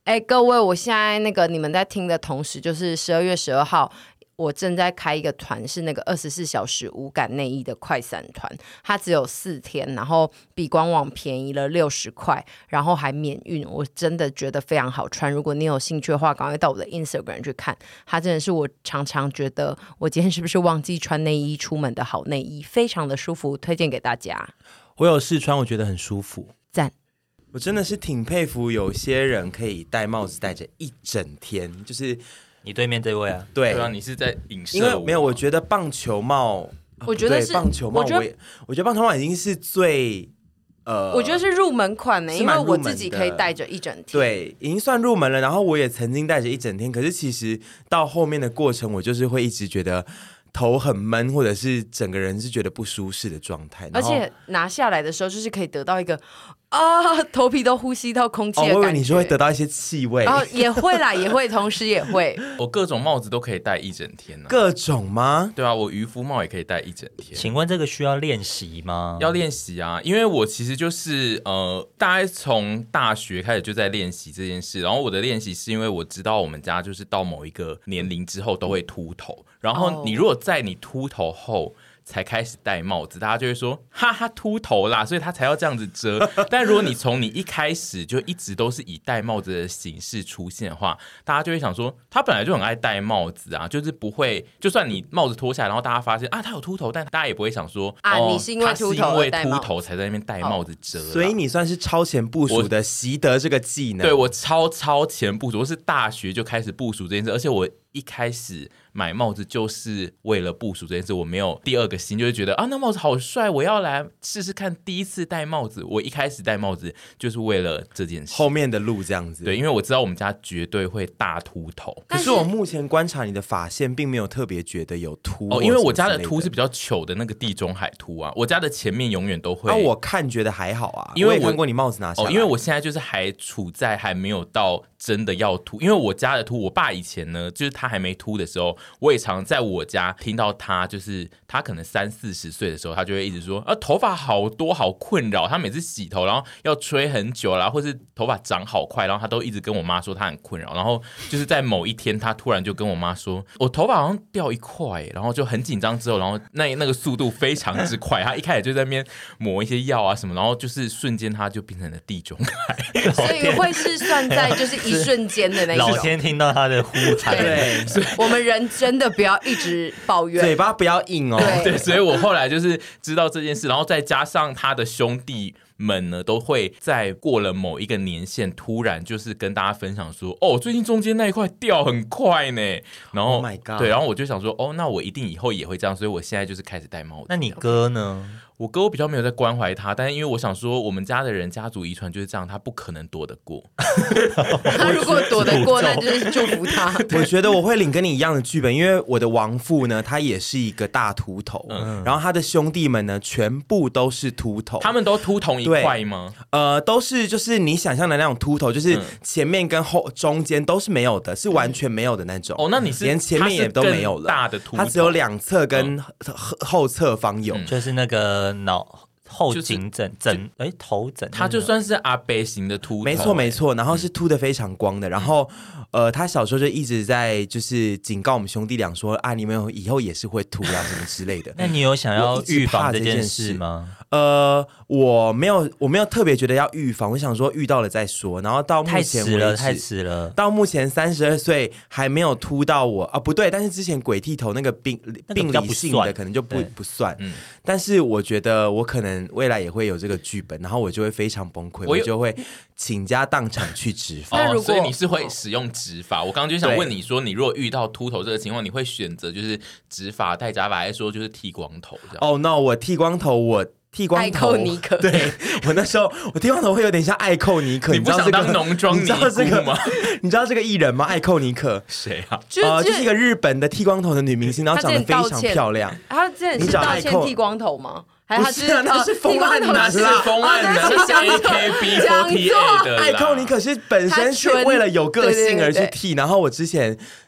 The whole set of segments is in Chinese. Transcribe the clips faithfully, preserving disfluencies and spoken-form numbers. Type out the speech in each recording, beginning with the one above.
哎，各位，我现在那个你们在听的同时，就是十二月十二号。我正在开一个团，是那个二十四小时无感内衣的快闪团，它只有四天，然后比官网便宜了六十块，然后还免运，我真的觉得非常好穿。如果你有兴趣的话，赶快到我的 Instagram 去看，它真的是我常常觉得我今天是不是忘记穿内衣出门的好内衣，非常的舒服，推荐给大家。 我有试穿，我觉得很舒服， 赞。 我真的是挺佩服有些人可以戴帽子戴着一整天，就是你对面这位啊， 对， 对啊，你是在影射因为没有，我觉得棒球帽， 我觉得是棒球帽， 我觉得我也我觉得棒球帽已经是最呃， 我觉得是入门款呢，因为我自己可以戴着一整天， 对，已经算入门了。然后我也曾经戴着一整天，可是其实到后面的过程，我就是会一直觉得头很闷，或者是整个人是觉得不舒适的状态。 而且拿下来的时候，就是可以得到一个啊，头皮都呼吸到空气的感觉。 哦，我以为你说会得到一些气味。 哦，也会啦，也会，同时也会。 我各种帽子都可以戴一整天呢、啊。 各种吗？ 对啊，我渔夫帽也可以戴一整天。 请问这个需要练习吗？ 要练习啊，因为我其实就是呃，大概从大学开始就在练习这件事。然后我的练习是因为我知道我们家就是到某一个年龄之后都会秃头，然后你如果在你秃头后才开始戴帽子，大家就会说哈哈秃头啦，所以他才要这样子遮。但如果你从你一开始就一直都是以戴帽子的形式出现的话，大家就会想说他本来就很爱戴帽子啊，就是不会，就算你帽子脱下来，然后大家发现啊他有秃头，但大家也不会想说啊、 哦、 你是因为秃头他是因为秃头才在那边戴帽子遮、哦。 所以你算是超前部署的习得这个技能。 对，我超超前部署，我是大学就开始部署这件事，而且我一开始买帽子就是为了部署这件事，我没有第二个心，就是觉得啊，那帽子好帅，我要来试试看第一次戴帽子。我一开始戴帽子就是为了这件事， 后面的路这样子。 对，因为我知道我们家绝对会大秃头。 可是我目前观察你的发线，并没有特别觉得有秃哦，因为我家的秃是比较糗的那个地中海秃啊，我家的前面永远都会。 啊，我看觉得还好啊， 因为 我, 我也看过你帽子拿下来。 哦，因为我现在就是还处在还没有到真的要秃，因为我家的秃，我爸以前呢，就是他还没秃的时候。我也常在我家听到他，就是他可能三四十岁的时候，他就会一直说啊，头发好多，好困扰。他每次洗头，然后要吹很久啦，或是头发长好快，然后他都一直跟我妈说他很困扰。然后就是在某一天，他突然就跟我妈说，我头发好像掉一块，然后就很紧张。之后，然后那那个速度非常之快，他一开始就在那边抹一些药啊什么，然后就是瞬间他就变成了地中海， 所以会是算在就是一瞬间的那种。 老天听到他的呼喊， 对，所以我们人真的不要一直抱怨， 嘴巴不要硬哦。 对， 对，所以我后来就是知道这件事，然后再加上他的兄弟们呢，都会在过了某一个年限，突然就是跟大家分享说，哦，最近中间那一块掉很快呢。然后、 oh my God 对，然后我就想说，哦，那我一定以后也会这样，所以我现在就是开始戴帽子。 那你哥呢？ 我哥我比较没有在关怀他，但是因为我想说，我们家的人家族遗传就是这样，他不可能躲得过。 他如果躲得过，那就是祝福他。 我觉得我会领跟你一样的剧本，因为我的亡父呢，他也是一个大秃头，嗯、然后他的兄弟们呢，全部都是秃头。 他们都秃同一块吗？ 呃，都是就是你想象的那种秃头，就是前面跟后中间都是没有的，是完全没有的那种。 哦，那你是连前面也都没有了， 大的秃头， 它只有两侧跟后侧方有， 嗯、就是那个脑。后颈枕枕哎头枕， 他就算是阿伯型的秃头， 没错没错，然后是秃的非常光的，然后呃，他小时候就一直在就是警告我们兄弟俩说啊，你们以后也是会秃啊什么之类的。 那你有想要预防这件事吗？ 呃，我没有，我没有特别觉得要预防，我想说遇到了再说。然后到目前为止， 太迟了，太迟了。 到目前三十二岁还没有秃到我啊，不对，但是之前鬼剃头那个病、那个、病理性的可能就不不算。嗯，但是我觉得我可能未来也会有这个剧本，然后我就会非常崩溃，我, 我就会倾家荡产去植发。 哦，所以你是会使用植发？我刚刚就想问你说，你如果遇到秃头这个情况，你会选择就是植发、戴假发，还是说就是剃光头这样？ 哦、oh, no， 我剃光头我。剃光头， 艾寇尼克， 对我那时候我剃光头会有点像艾寇尼克， 你不想当浓妆尼姑吗？ 你知道这个艺人吗？艾寇尼克谁啊？ 呃，就是一个日本的剃光头的女明星，然后长得非常漂亮。 她之前是道歉剃光头吗？还是他是那是封案男， 是封案男，是 A K B 四十八 的。 艾寇尼克是本身是为了有个性而去剃，然后我之前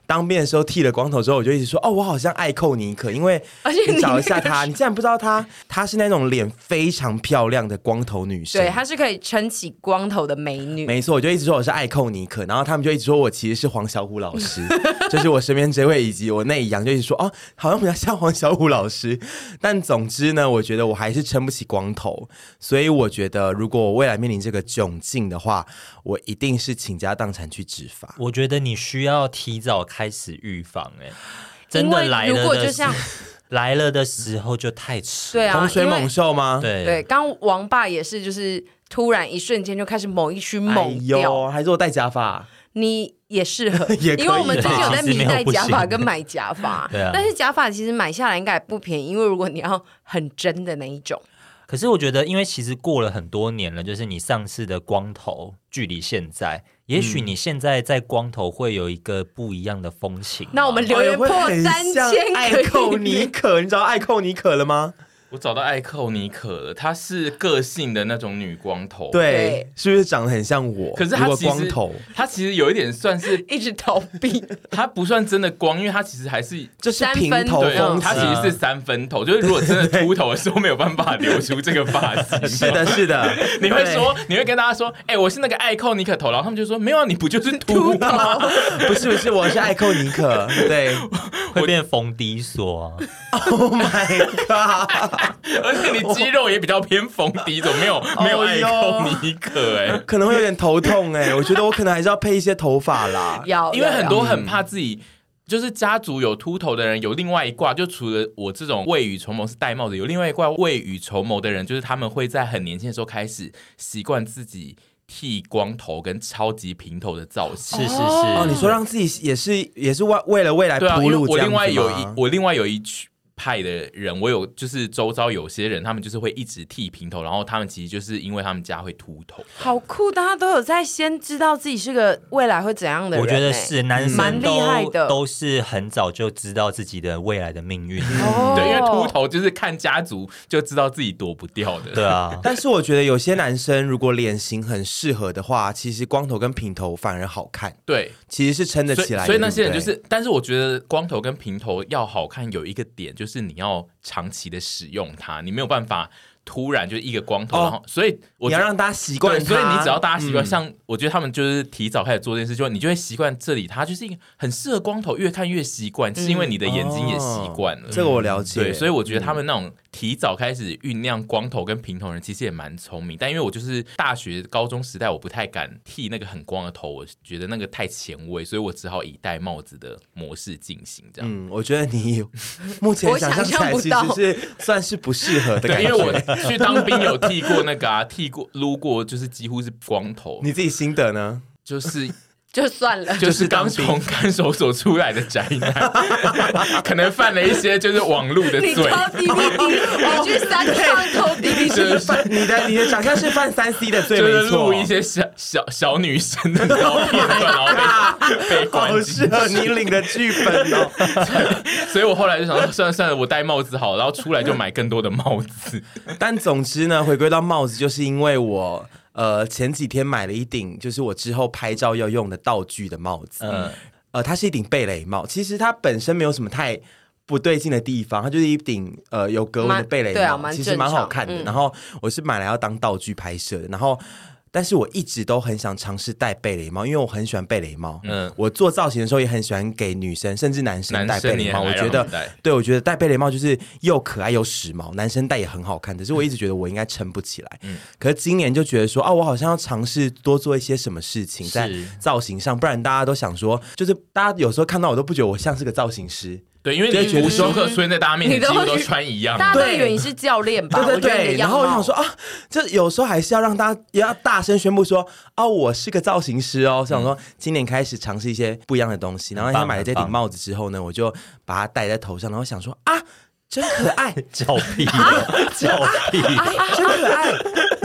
当兵的时候剃了光头之后，我就一直说哦，我好像艾寇尼可，因为你找一下她，你竟然不知道她，她是那种脸非常漂亮的光头女生， 对，她是可以撑起光头的美女。 没错，我就一直说我是艾寇尼可，然后他们就一直说我其实是黄小琥老师，就是我身边这位以及我那一阳就一直说哦，好像比较像黄小琥老师。但总之呢，我觉得我还是撑不起光头，所以我觉得如果我未来面临这个窘境的话，我一定是倾家荡产去植发。 我觉得你需要提早开始预防、欸，哎，真的来了的， 如果就像来了的时候就太迟， 对啊， 洪水猛兽吗？ 对对，刚王爸也是，就是突然一瞬间就开始某一区猛掉，哎呦， 还是我戴假发。 你也适合， 也可以， 因为我们最近有在迷戴假发跟买假发， 对啊， 但是假发其实买下来应该也不便宜，因为如果你要很真的那一种。 可是我觉得，因为其实过了很多年了，就是你上次的光头距离现在，也许你现在在光头会有一个不一样的风情。 那我们留言破三千， 艾寇尼可，你知道艾寇尼可了吗？ 我找到艾寇尼可了，她是个性的那种女光头， 对，是不是长得很像我？ 可是她其实光头， 她其实有一点算是一直逃避， 她不算真的光，因为她其实还是就是平头风， 她其实是三分头，就是如果真的秃头的时候没有办法留出这个发型， 是的，是的， 你会说，你会跟大家说，哎、欸，我是那个艾寇尼可头，然后他们就说，没有啊，你不就是秃吗？ 不是不是，我是艾寇尼可，对， 会变冯迪索啊 ！Oh my god！ 而且你肌肉也比较偏冯迪，怎么没有没有艾寇尼可、欸？哎， 可能会有点头痛哎、欸，我觉得我可能还是要配一些头发啦。 要， 因为很多很怕自己。就是家族有秃头的人有另外一挂，就除了我这种未雨绸缪是戴帽子，有另外一挂未雨绸缪的人，就是他们会在很年轻的时候开始习惯自己剃光头跟超级平头的造型。 是是是， 哦，你说让自己也是也是为为了未来铺路这样子吗？ 我另外有一我另外有一群派的人，我有就是周遭有些人，他们就是会一直剃平头，然后他们其实就是因为他们家会秃头， 好酷！大家都有在先知道自己是个未来会怎样的人、欸， 我觉得是男生蛮厉害的， 都是很早就知道自己的未来的命运。 哦、 对，因为秃头就是看家族就知道自己躲不掉的。 对啊， 但是我觉得有些男生如果脸型很适合的话，其实光头跟平头反而好看。 对， 其实是撑得起来的。 所以，所以那些人就是，但是我觉得光头跟平头要好看，有一个点就是你要长期的使用它，你没有办法突然就一个光头，哦、然后所以我你要让大家习惯， 所以你只要大家习惯、嗯，像我觉得他们就是提早开始做这件事，就你就会习惯这里，它就是一个很适合光头，越看越习惯、嗯，是因为你的眼睛也习惯了、 哦。这个我了解， 对，所以我觉得他们那种提早开始酝酿光头跟平头人，其实也蛮聪明。但因为我就是大学、高中时代，我不太敢剃那个很光的头，我觉得那个太前卫，所以我只好以戴帽子的模式进行这样。 嗯，我觉得你目前想象起来其实是算是不适合的感觉， 因为我去当兵有剃过那个啊，剃过撸过，就是几乎是光头。 你自己心得呢？ 就是就算了， 就是刚从看守所出来的宅男，可能犯了一些就是网路的罪。你偷 D V D， 你去三创偷 D V D， 就是你的你的长相是犯三 C 的罪， 就是录一些小小小女生的照片段，然后被被关进去。 好适合你领的剧本哦。 所以我后来就想说，算了算了，我戴帽子好，然后出来就买更多的帽子。 但总之呢，回归到帽子，就是因为我。呃，前几天买了一顶，就是我之后拍照要用的道具的帽子。嗯，呃，它是一顶贝雷帽，其实它本身没有什么太不对劲的地方，它就是一顶呃有格纹的贝雷帽，啊、其实蛮好看的、嗯。然后我是买来要当道具拍摄的，然后。但是我一直都很想尝试戴贝雷帽，因为我很喜欢贝雷帽。嗯，我做造型的时候也很喜欢给女生甚至男生戴贝雷帽。我觉得，对，我觉得戴贝雷帽就是又可爱又时髦，男生戴也很好看。可是我一直觉得我应该撑不起来。嗯，可是今年就觉得说，啊，我好像要尝试多做一些什么事情在造型上，不然大家都想说，就是大家有时候看到我都不觉得我像是个造型师。 对，因为你无时无刻出现在大家面前，几乎都穿一样， 大家都以为你是教练吧？ 对对对。然后我想说啊，这有时候还是要让大家也要大声宣布说，哦，我是个造型师哦。想说今年开始尝试一些不一样的东西。然后他买了这顶帽子之后呢，我就把它戴在头上，然后想说啊，真可爱， 叫屁，叫屁， 真可爱。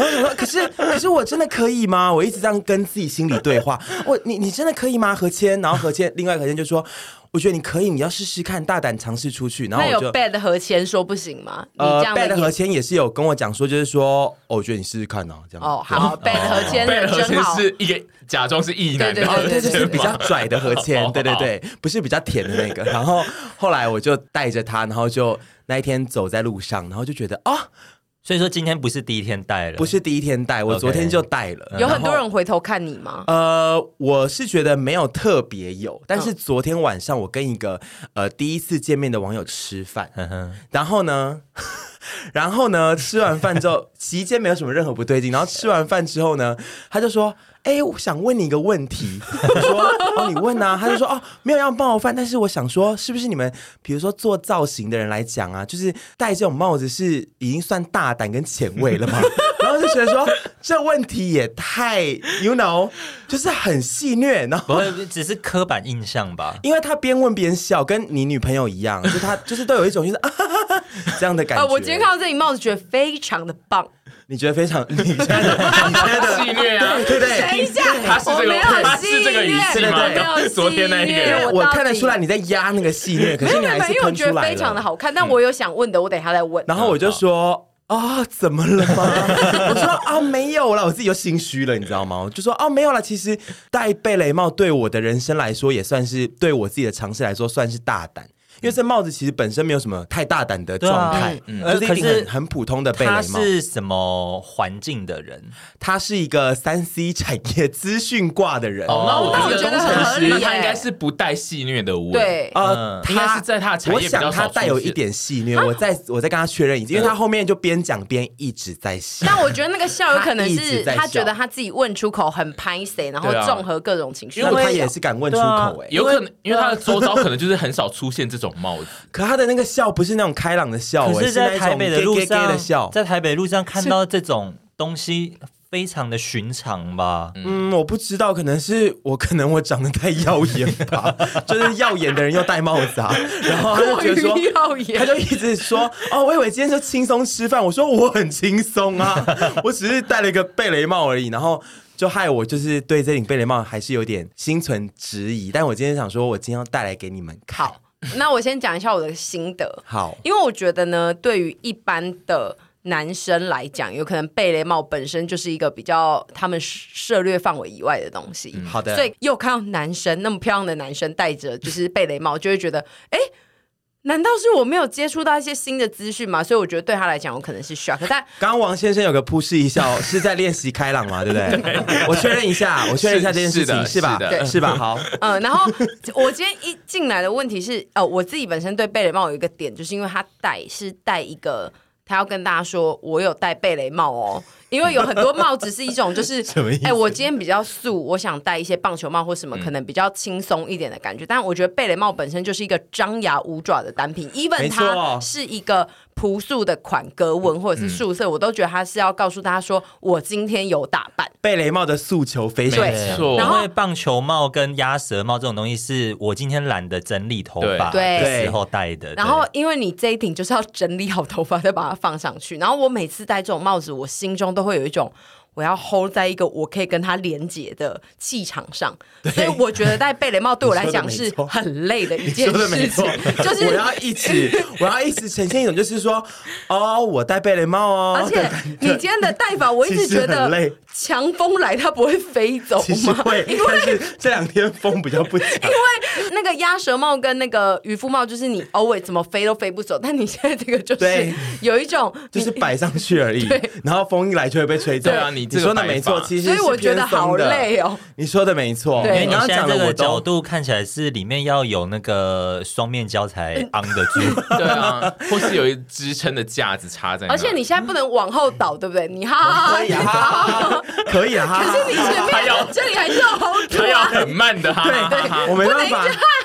然后我想说，可是可是我真的可以吗？我一直这样跟自己心里对话，我你你真的可以吗？何谦，然后何谦另外一个何谦就说。我觉得你可以，你要试试看，大胆尝试出去。然后我就那有 bad 和谦说不行吗？ 呃 ，bad 和谦也是有跟我讲说，就是说，哦，我觉得你试试看哦，这样。 哦，好 ，bad 和谦 ，bad 和谦真好， 是一个假装是异男的， 哦，对，就是比较拽的和谦，对对对，不是比较甜的那个。然后后来我就带着他，然后就那一天走在路上，然后就觉得啊。 所以说今天不是第一天带了， 不是第一天带，我昨天就带了。 Okay. 有很多人回头看你吗？ 呃，我是觉得没有特别有，但是昨天晚上我跟一个呃第一次见面的网友吃饭，然后呢，然后呢，吃完饭之后，期间没有什么任何不对劲，然后吃完饭之后呢，他就说。哎、欸，我想问你一个问题。我说哦，你问啊。他就说哦，没有要冒犯，但是我想说，是不是你们比如说做造型的人来讲啊，就是戴这种帽子是已经算大胆跟前卫了吗？然后就觉得说这问题也太 you know 就是很戏谑，然后不只是刻板印象吧。 因为他边问边笑，跟你女朋友一样，就他就是都有一种就是啊哈哈哈这样的感觉。 呃，我今天看到这顶帽子，觉得非常的棒。 你觉得非常，你觉得你觉得戏谑啊？ 对对对， 等一下， 他是这个，他是这个语气吗？ 没有昨天那一个，我看得出来你在压那个戏谑，可是你还是喷出来了。因为我觉得非常的好看，但我有想问的，我等一下再问。 然后我就说。啊、哦，怎么了吗？我说啊，没有啦，我自己又心虚了，你知道吗？我就说啊，没有啦。其实戴贝雷帽对我的人生来说，也算是对我自己的尝试来说，算是大胆。因为这帽子其实本身没有什么太大胆的状态，啊嗯、就是一顶很很普通的贝雷帽。 他是什么环境的人？ 他是一个三 C 产业资讯挂的人。 哦，那我觉得很合理耶。 他应该是不带戏谑的味。 对， 呃， 应该是在他的产业比较少出现。 我想他带有一点戏谑，我再我再跟他确认一次，因为他后面就边讲边一直在笑。 但我觉得那个笑有可能是他觉得他自己问出口很拍谁，然后综合各种情绪， 因为他也是敢问出口哎、欸， 有可能因为他的周遭可能就是很少出现这种帽子。 可他的那个笑不是那种开朗的笑， 可是在台北的路上， 的笑在台北路上看到这种东西非常的寻常吧？ 嗯，我不知道，可能是我可能我长得太耀眼吧，就是耀眼的人又戴帽子啊，然后他就觉得说，他就一直说，哦，我以为今天就轻松吃饭，我说我很轻松啊，我只是戴了一个贝雷帽而已，然后。就害我就是对这顶贝雷帽还是有点心存质疑，但我今天想说，我今天要带来给你们看。 好，那我先讲一下我的心得。 好， 因为我觉得呢，对于一般的男生来讲，有可能贝雷帽本身就是一个比较他们涉猎范围以外的东西。 嗯、好的， 所以又看到男生那么漂亮的男生戴着就是贝雷帽，就会觉得，哎。难道是我没有接触到一些新的资讯吗？所以我觉得对他来讲，我可能是 shock。但刚刚王先生有个扑哧一笑，是在练习开朗嘛，对不对？我确认一下，我确认一下这件事情， 是, 是吧？ 对， 是吧？好， 嗯，然后我今天一进来的问题是，呃，我自己本身对贝雷帽有一个点，就是因为他戴是戴一个，他要跟大家说我有戴贝雷帽哦。因为有很多帽子是一种就是哎、欸，我今天比较素，我想戴一些棒球帽或什么，可能比较轻松一点的感觉。嗯、但我觉得贝雷帽本身就是一个张牙舞爪的单品 ，even 它是一个朴素的款格纹或者是素色、嗯，我都觉得它是要告诉大家说我今天有打扮。 贝雷帽的诉求非常强，因为棒球帽跟鸭舌帽这种东西是我今天懒得整理头发的时候戴的。 然后因为你这一顶就是要整理好头发再把它放上去，然后我每次戴这种帽子，我心中都会有一种我要 hold 在一个我可以跟他连结的气场上，所以我觉得戴贝雷帽对我来讲是很累的一件事情，就是我要一直我要一直呈现一种就是说哦，我戴贝雷帽哦， 而且你今天的戴法，我一直觉得强风来它不会飞走吗？ 其实会，因为这两天风比较不强，因为那个鸭舌帽跟那个渔夫帽，就是你 always 怎么飞都飞不走，但你现在这个就是有一种就是摆上去而已，然后风一来就会被吹走。 对啊，你你说的没错，其实所以我觉得好累哦。 你说的没错， 对，你刚刚讲这个角度看起来是里面要有那个双面胶才昂得住， 对啊，或是有一支撑的架子插在那。 而且你现在不能往后倒，对不对？你哈哈可以啊，可以啊， 可是你前面这里还是要 hold 住， 他要很慢的哈， 对对，我没办法。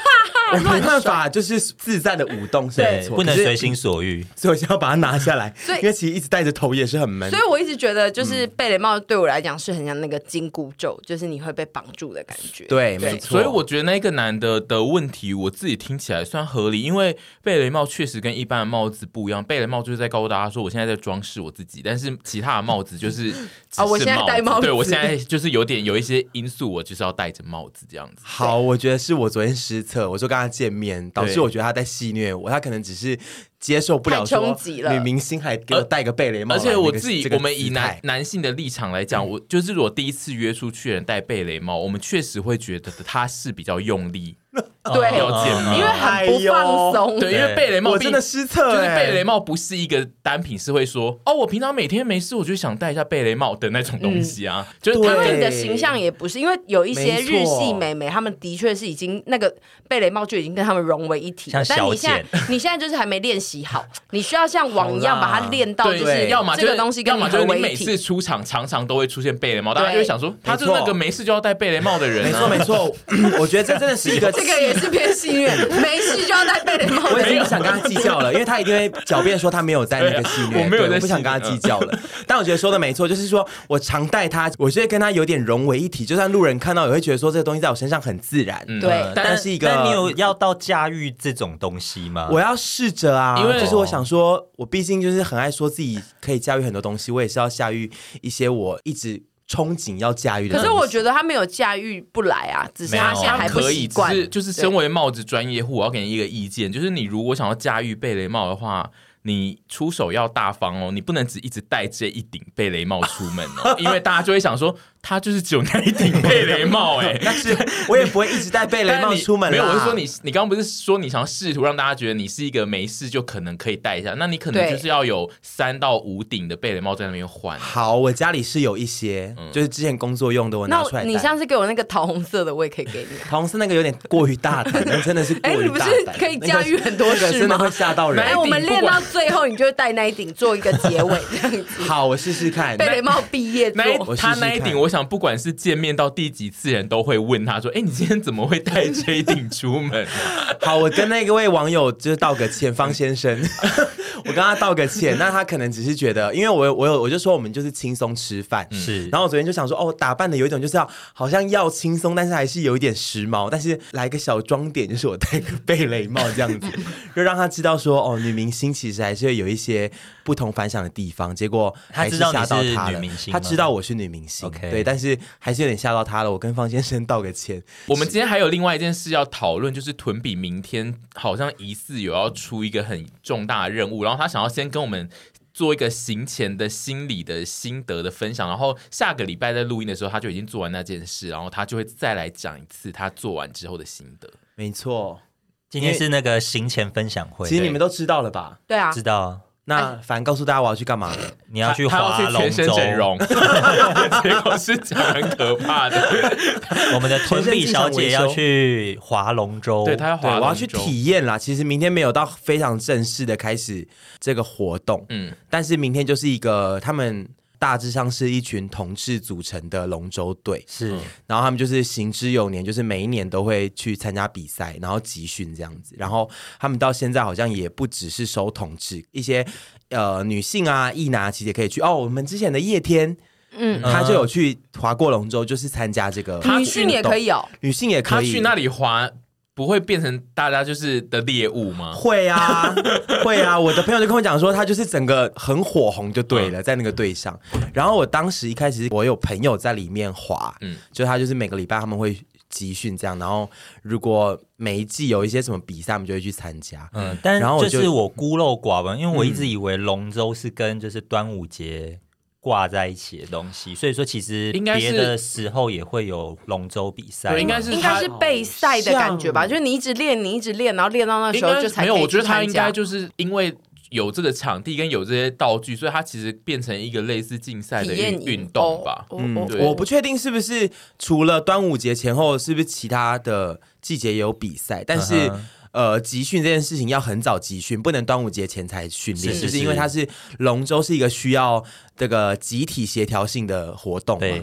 我没办法，就是自在的舞动是没错， 不能随心所欲， 所以我现在要把它拿下来。因为其实一直戴着头也是很闷， 所以我一直觉得，就是贝雷帽对我来讲是很像那个紧箍咒，就是你会被绑住的感觉。 对，没错。 所以我觉得那个男的的问题，我自己听起来算合理，因为贝雷帽确实跟一般的帽子不一样。贝雷帽就是在告诉大家说，我现在在装饰我自己，但是其他的帽子就是啊、哦，我现在戴帽子， 对我现在就是有点有一些因素，我就是要戴着帽子这样子。 好，我觉得是我昨天失策，我说跟他见面，导致我觉得他在戏虐我，他可能只是接受不了说女明星还给我戴个贝雷帽， 而且我自己、 这个、 我们以男男性的立场来讲，嗯、我就是如果第一次约出去的人戴贝雷帽，我们确实会觉得他是比较用力。 对， 要见面， 因为很不放松。 对，因为贝雷帽我真的失策， 就是贝雷帽不是一个单品，是会说哦，我平常每天没事，我就想戴一下贝雷帽的那种东西啊。嗯、就是他们的形象也不是，因为有一些日系美眉，他们的确是已经那个贝雷帽就已经跟他们融为一体了。但你现在，你现在就是还没练习好，你需要像网一样把它练到，就是要么这个东西跟你合为一体。 每次出场常常都会出现贝雷帽，大家就会想说，他就是那个没事就要戴贝雷帽的人、啊。 没错没错，我觉得这真的是一个， 这个也是偏戏虐。没事就要戴贝雷帽， 我已经不想跟他计较了，因为他一定会狡辩说他没有在那个戏虐， 我没有在， 我不想跟他计较了。但我觉得说的没错，就是说我常戴它，我就会跟他有点融为一体，就算路人看到也会觉得说这个东西在我身上很自然。 嗯、对， 但, 但是一个， 但你有要到驾驭这种东西吗？ 我要试着啊， 因为就是我想说，我毕竟就是很爱说自己可以驾驭很多东西，我也是要驾驭一些我一直憧憬要驾驭的。 可是我觉得他没有驾驭不来啊，只是他现在还不习惯。 是就是身为帽子专业户，我要给你一个意见，就是你如果想要驾驭贝雷帽的话，你出手要大方哦，你不能只一直戴这一顶贝雷帽出门哦，因为大家就会想说。他就是只有那一顶贝雷帽哎、欸， 但是我也不会一直戴贝雷帽出门啦。 没有，我是说你，你刚刚不是说你想要试图让大家觉得你是一个没事就可能可以戴一下，那你可能就是要有三到五顶的贝雷帽在那边换。 好，我家里是有一些，嗯、就是之前工作用的，我拿出来戴。 你上次给我那个桃红色的，我也可以给你。 桃红色那个有点过于大胆，真的是过于大胆。哎、 欸，你不是可以驾驭很多事吗？那个、 真的会吓到人。 哎，我们练到最后，你就会戴那一顶做一个结尾这样子。 好，我试试看。 贝雷帽毕业做， 他那一顶，我想不管是见面到第几次人都会问他说：“哎、欸，你今天怎么会戴这一顶出门、啊？” 好，我跟那位网友就是道个歉，方先生，我跟他道个歉。那他可能只是觉得，因为我我有我就说我们就是轻松吃饭， 是。 然后我昨天就想说，哦，打扮的有一种就是要好像要轻松，但是还是有一点时髦，但是来个小装点，就是我戴个贝雷帽这样子，就让他知道说，哦，女明星其实还是会有一些不同凡响的地方。结果还是吓到他了，他知道我是女明星， okay. 对，但是还是有点吓到他了。我跟方先生道个歉。 我们今天还有另外一件事要讨论，就是屯比明天好像疑似有要出一个很重大的任务，然后他想要先跟我们做一个行前的心理的心得的分享，然后下个礼拜在录音的时候他就已经做完那件事，然后他就会再来讲一次他做完之后的心得。 没错， 今天是那个行前分享会， 其实你们都知道了吧？ 对啊， 知道啊。 那反正告诉大家我要去干嘛？ 你要去划龙舟， 全身整容，结果是讲很可怕的。 我们的屯比小姐要去划龙舟， 对，她要划龙舟， 我要去体验啦。其实明天没有到非常正式的开始这个活动，嗯，但是明天就是一个他们。大致上是一群同志组成的龙舟队， 是， 然后他们就是行之有年，就是每一年都会去参加比赛，然后集训这样子。然后他们到现在好像也不只是收同志，一些呃女性啊、异男其实也可以去。哦，我们之前的叶天，嗯，他就有去划过龙舟，就是参加这个。 女性也可以哦， 女性也可以。 他去那里划。不会变成大家就是的猎物吗？ 会啊，会啊！我的朋友就跟我讲说，他就是整个很火红就对了，嗯、在那个队上。然后我当时一开始我有朋友在里面滑，嗯，就他就是每个礼拜他们会集训这样，然后如果每一季有一些什么比赛，我们就会去参加。 嗯，但然后就是我孤陋寡闻，因为我一直以为龙舟是跟就是端午节。挂在一起的东西，所以说其实别的时候也会有龙舟比赛， 应该是应该是备赛的感觉吧，就是你一直练，你一直练，然后练到那时候就才可以去参加。 没有，我觉得他应该就是因为有这个场地跟有这些道具，所以它其实变成一个类似竞赛的运动吧。 哦嗯，我不确定是不是除了端午节前后，是不是其他的季节也有比赛，但是。嗯呃，集训这件事情要很早集训，不能端午节前才训练，就是因为它是龙舟是一个需要这个集体协调性的活动嘛。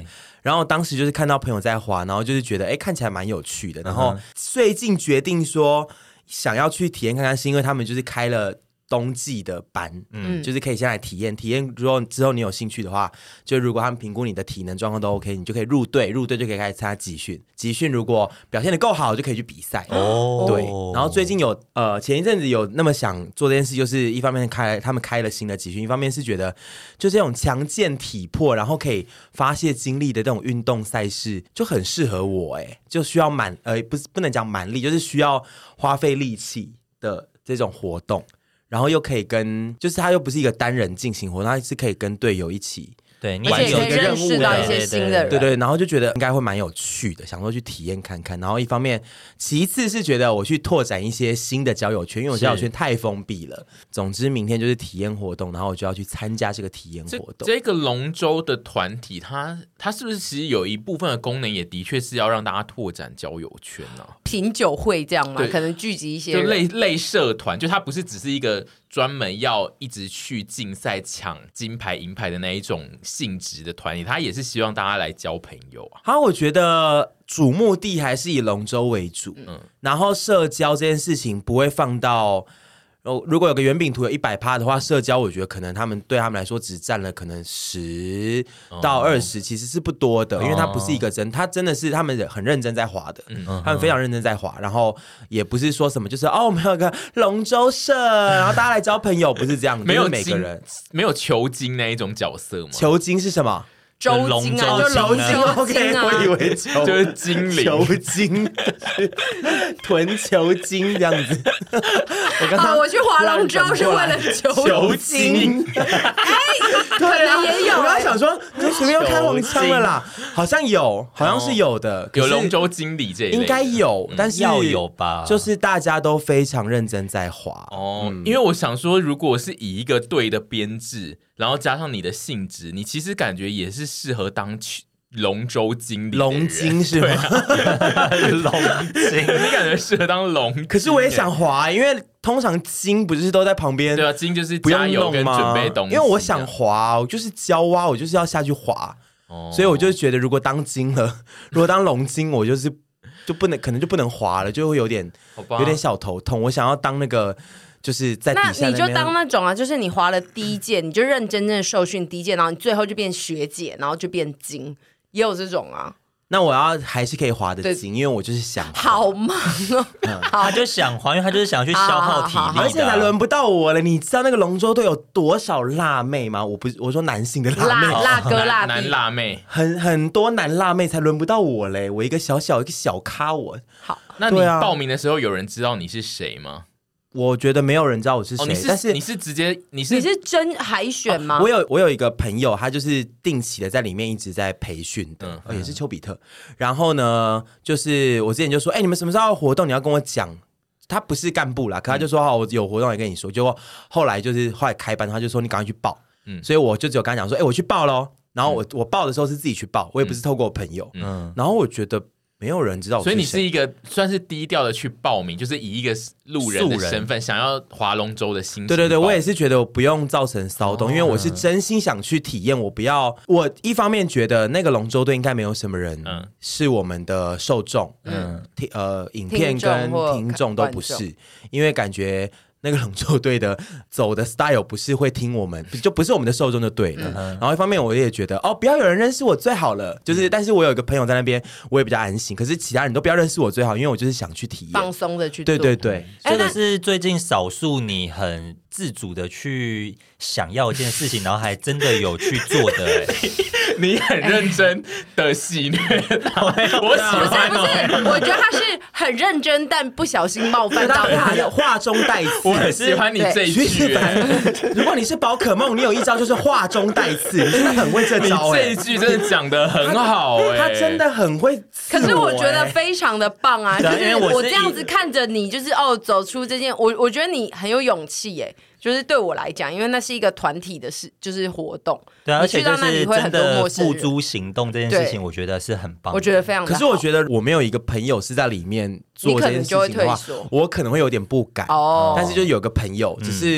然后当时就是看到朋友在滑，然后就是觉得哎看起来蛮有趣的，然后最近决定说想要去体验看看，是因为他们就是开了冬季的班，嗯，就是可以先来体验体验。如果之后你有兴趣的话，就如果他们评估你的体能状况都 OK， 你就可以入队，入队就可以开始参加集训。集训如果表现得够好，就可以去比赛。哦，对。然后最近有呃前一阵子有那么想做这件事，就是一方面开他们开了新的集训，一方面是觉得就这种强健体魄，然后可以发泄精力的这种运动赛事就很适合我，哎，就需要蛮呃不是不能讲蛮力，就是需要花费力气的这种活动。然后又可以跟，就是他又不是一个单人进行活动，他是可以跟队友一起， 对，你而且可以认识到一些新的人， 对对，然后就觉得应该会蛮有趣的，想说去体验看看。然后一方面，其次是觉得我去拓展一些新的交友圈，因为我交友圈太封闭了。总之，明天就是体验活动，然后我就要去参加这个体验活动。 这, 这个龙舟的团体，它它是不是其实有一部分的功能，也的确是要让大家拓展交友圈呢、啊？ 品酒会这样吗？可能聚集一些人， 就类类社团，就它不是只是一个专门要一直去竞赛抢金牌银牌的那一种性质的团体，他也是希望大家来交朋友啊。 好，我觉得主目的还是以龙舟为主，嗯，然后社交这件事情不会放到。如果有个圆饼图有 百分之百 的话，社交我觉得可能他们对他们来说只占了可能百分之十到二十、哦、其实是不多的，因为它不是一个真，他真的是他们很认真在滑的、嗯、他们非常认真在滑，然后也不是说什么就是哦我们有个龙舟社然后大家来交朋友，不是这样， 没有、 就是、每个人没有球精那一种角色吗？ 球精是什么？ 周金啊，就龙舟精啊，我以为球就是精灵， 球精，囤球精这样子。 我刚好，我去划龙舟是为了球精，哎，可能也有、欸。 我刚刚想说，你前面又开黄腔了啦，好像有，好像是有的， 哦、有龙舟经理这一类， 应该有，但是要有吧？ 就是大家都非常认真在滑哦、嗯，因为我想说，如果是以一个队的编制。然后加上你的性质，你其实感觉也是适合当龙舟经理。 龙精是吗？ 啊、龙精，你感觉适合当龙。 可是我也想滑，因为通常精不是都在旁边？ 对啊，精就是加油跟准备东西。 因为我想滑，我就是教蛙，我就是要下去滑，哦、所以我就觉得如果当精了，如果当龙精，我就是就不能，可能就不能滑了，就会有点有点小头痛。我想要当那个。就是在底下 那, 那你就当那种啊，就是你滑了第一届，你就认认真真的受训第一届，然后你最后就变学姐，然后就变精，也有这种啊。 那我要还是可以滑得精，因为我就是想滑好忙哦、 嗯，他就想滑，因为他就是想去消耗体力的， 而且还轮不到我了。你知道那个龙舟队有多少辣妹吗？我不是我说男性的辣妹， 辣, 辣哥辣弟男辣妹， 很很多男辣妹才轮不到我嘞。我一个小小一个小咖，我好。 那你报名的时候有人知道你是谁吗？ 我觉得没有人知道我是谁、哦， 但是你是直接你是你是真海选吗？ 哦、我有我有一个朋友，他就是定期的在里面一直在培训的、嗯哦，也是丘比特。然后呢，就是我之前就说，哎、欸，你们什么时候有活动？你要跟我讲。他不是干部啦，可他就说好，我有活动也跟你说。结果后来就是后来开班，他就说你赶快去报。嗯，所以我就只有跟他讲说，哎、欸，我去报咯。然后我、嗯、我报的时候是自己去报，我也不是透过我朋友。嗯，然后我觉得。没有人知道我是谁， 所以你是一个算是低调的去报名，就是以一个路人的身份想要划龙舟的心情。 对对对，我也是觉得我不用造成骚动、哦，因为我是真心想去体验。我不要，我一方面觉得那个龙舟队应该没有什么人是我们的受众，嗯，呃，影片跟听众都不是，因为感觉。那个龙舟队的走的 style 不是会听我们，就不是我们的受众就对了、嗯。然后一方面我也觉得哦，不要有人认识我最好了，就是，但是我有一个朋友在那边，我也比较安心。可是其他人都不要认识我最好，因为我就是想去体验， 放松的去做。 对对对， 这个是最近少数你很自主的去想要一件事情，然后还真的有去做的、欸。 你很认真的戏虐他，我喜欢、 哦。不是不是，我觉得他是很认真，但不小心冒犯到他的话中带刺。 我很喜欢你这一句、欸。 如果你是宝可梦，你有一招就是话中带刺，你真的很会这招、欸。 你这一句真的讲得很好哎、欸， 他真的很会刺我、欸。 可是我觉得非常的棒啊，就是我这样子看着你，就是哦，走出这件，我我觉得你很有勇气耶、欸。就是对我来讲，因为那是一个团体的事，就是活动。 对、啊，而且就是真的付诸行动这件事情，我觉得是很棒的。 我觉得非常好。 可是我觉得我没有一个朋友是在里面做这件事情的话，我可能会有点不敢。哦，但是就有个朋友，只是。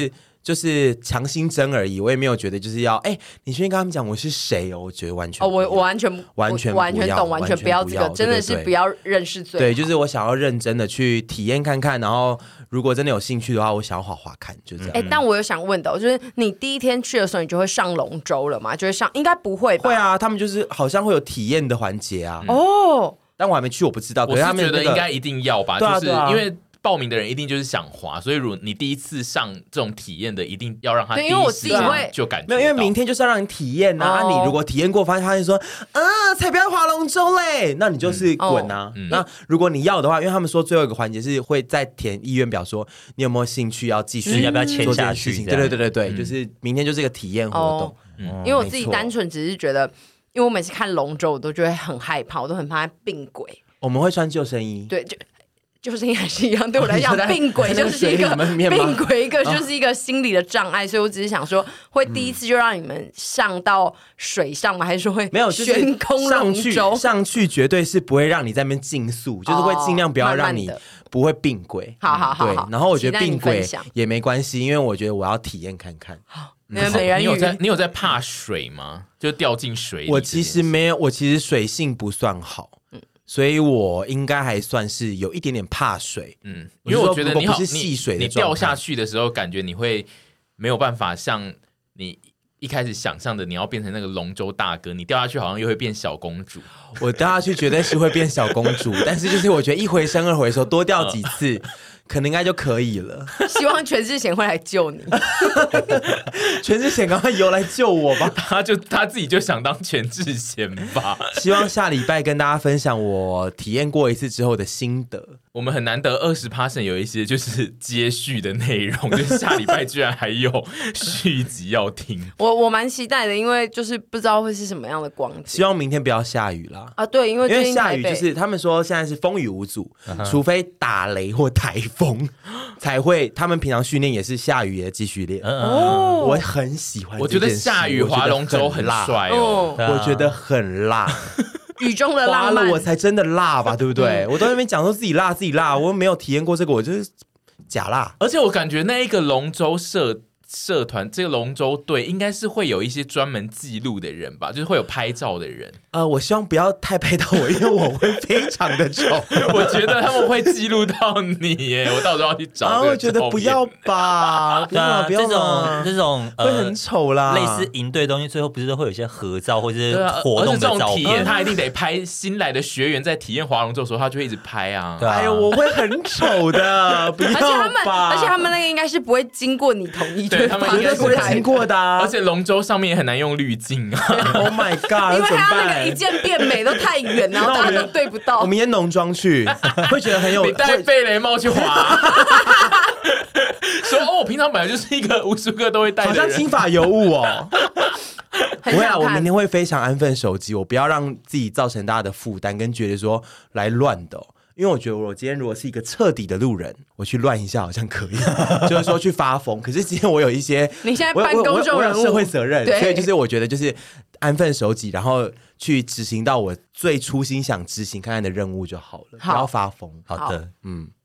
就是强行争而已，我也没有觉得就是要哎、欸，你先跟他们讲我是谁哦，我觉得完全哦，我我完全完全完全懂，完全不要这个，真的是不要认识最好。 对，就是我想要认真的去体验看看，然后如果真的有兴趣的话，我想要滑滑看，就这样。 哎、欸，但我有想问的，就是你第一天去的时候，你就会上龙舟了吗？就会上？应该不会吧？ 会啊，他们就是好像会有体验的环节啊。 哦， 但我还没去，我不知道。 我是觉得应该一定要吧，就是因为。报名的人一定就是想滑，所以如果你第一次上这种体验的，一定要让他第一时间就感觉没有，因为明天就是要让你体验啊。哦、你如果体验过，发现他就说啊，才不要划龙舟嘞，那你就是滚啊。嗯哦、那如果你要的话，因为他们说最后一个环节是会再填意愿表，说你有没有兴趣要继续、 嗯、要不要签下去？ 对对对对对，嗯、就是明天就是一个体验活动。哦嗯、因为我自己单纯只是觉得，因为我每次看龙舟，我都觉得很害怕，我都很怕并轨。 我们会穿救生衣， 对，就。救生衣还是一样，对我来讲，并轨就是一个并轨，一个就是一个心理的障碍，所以我只是想说，会第一次就让你们上到水上吗？还是说会没有悬空龙舟？ 上去绝对是不会让你在那边竞速，就是会尽量不要让你不会并轨。 好好好， 对。然后我觉得并轨也没关系，因为我觉得我要体验看看。 没有美人鱼， 你有在你有在怕水吗？就掉进水里？ 我其实没有，我其实水性不算好。所以我应该还算是有一点点怕水，嗯， 因为我觉得你好，不是戏水的你掉下去的时候，感觉你会没有办法像你一开始想象的，你要变成那个龙舟大哥，你掉下去好像又会变小公主。 我掉下去绝对是会变小公主，但是就是我觉得一回生二回熟，多掉几次。可能应该就可以了。 希望全智贤会来救你。 全智贤赶快游来救我吧！ 他就他自己就想当全智贤吧。 希望下礼拜跟大家分享我体验过一次之后的心得。 我们很难得二十 percent 有一些就是接续的内容，就是下礼拜居然还有续集要听。 我我蛮期待的，因为就是不知道会是什么样的光景。 希望明天不要下雨啦。 啊，对，因为因为下雨就是他们说现在是风雨无阻， uh-huh. 除非打雷或台风才会。他们平常训练也是下雨也继续练。哦、uh-huh. ，我很喜欢。 我觉得下雨划龙舟很帅哦， 我觉得很辣。 雨中的浪漫， 我才真的辣吧，对不对？嗯、我都在那边讲说自己辣自己辣，我没有体验过这个，我就是假辣。 而且我感觉那一个龙舟社社团，这个龙舟队应该是会有一些专门记录的人吧，就是会有拍照的人。 呃，我希望不要太拍到我，因为我会非常的丑。 我觉得他们会记录到你耶，我到时候要去找。啊， 我觉得不要吧，不要不要这种这种、 呃、会很丑啦。 类似营队的东西，最后不是都会有一些合照或者是活动的照片。 而且这种体验，他一定得拍新来的学员在体验划龙舟的时候，他就会一直拍啊。 哎呦，我会很丑的，不要吧。而且他们， 而且他们那个应该是不会经过你同意， 对他们应该不会经过的、啊。 而且龙舟上面也很难用滤镜啊。 Oh my god！ 因为他那个一键变美都太远，然后大家都对不到。 我明天浓妆去，会觉得很有。 你戴贝雷帽去滑，说哦，我平常本来就是一个无时无刻都会戴的人， 好像金发尤物哦。不会啊，我明天会非常安分守己，我不要让自己造成大家的负担，跟觉得说来乱的、哦。因为我觉得我今天如果是一个彻底的路人，我去乱一下好像可以，就是说去发疯。可是今天我有一些， 你现在办公众人物， 我有社会责任，所以就是我觉得就是安分守己，然后去执行到我最初心想执行看看的任务就好了，不要发疯。 好的， 嗯。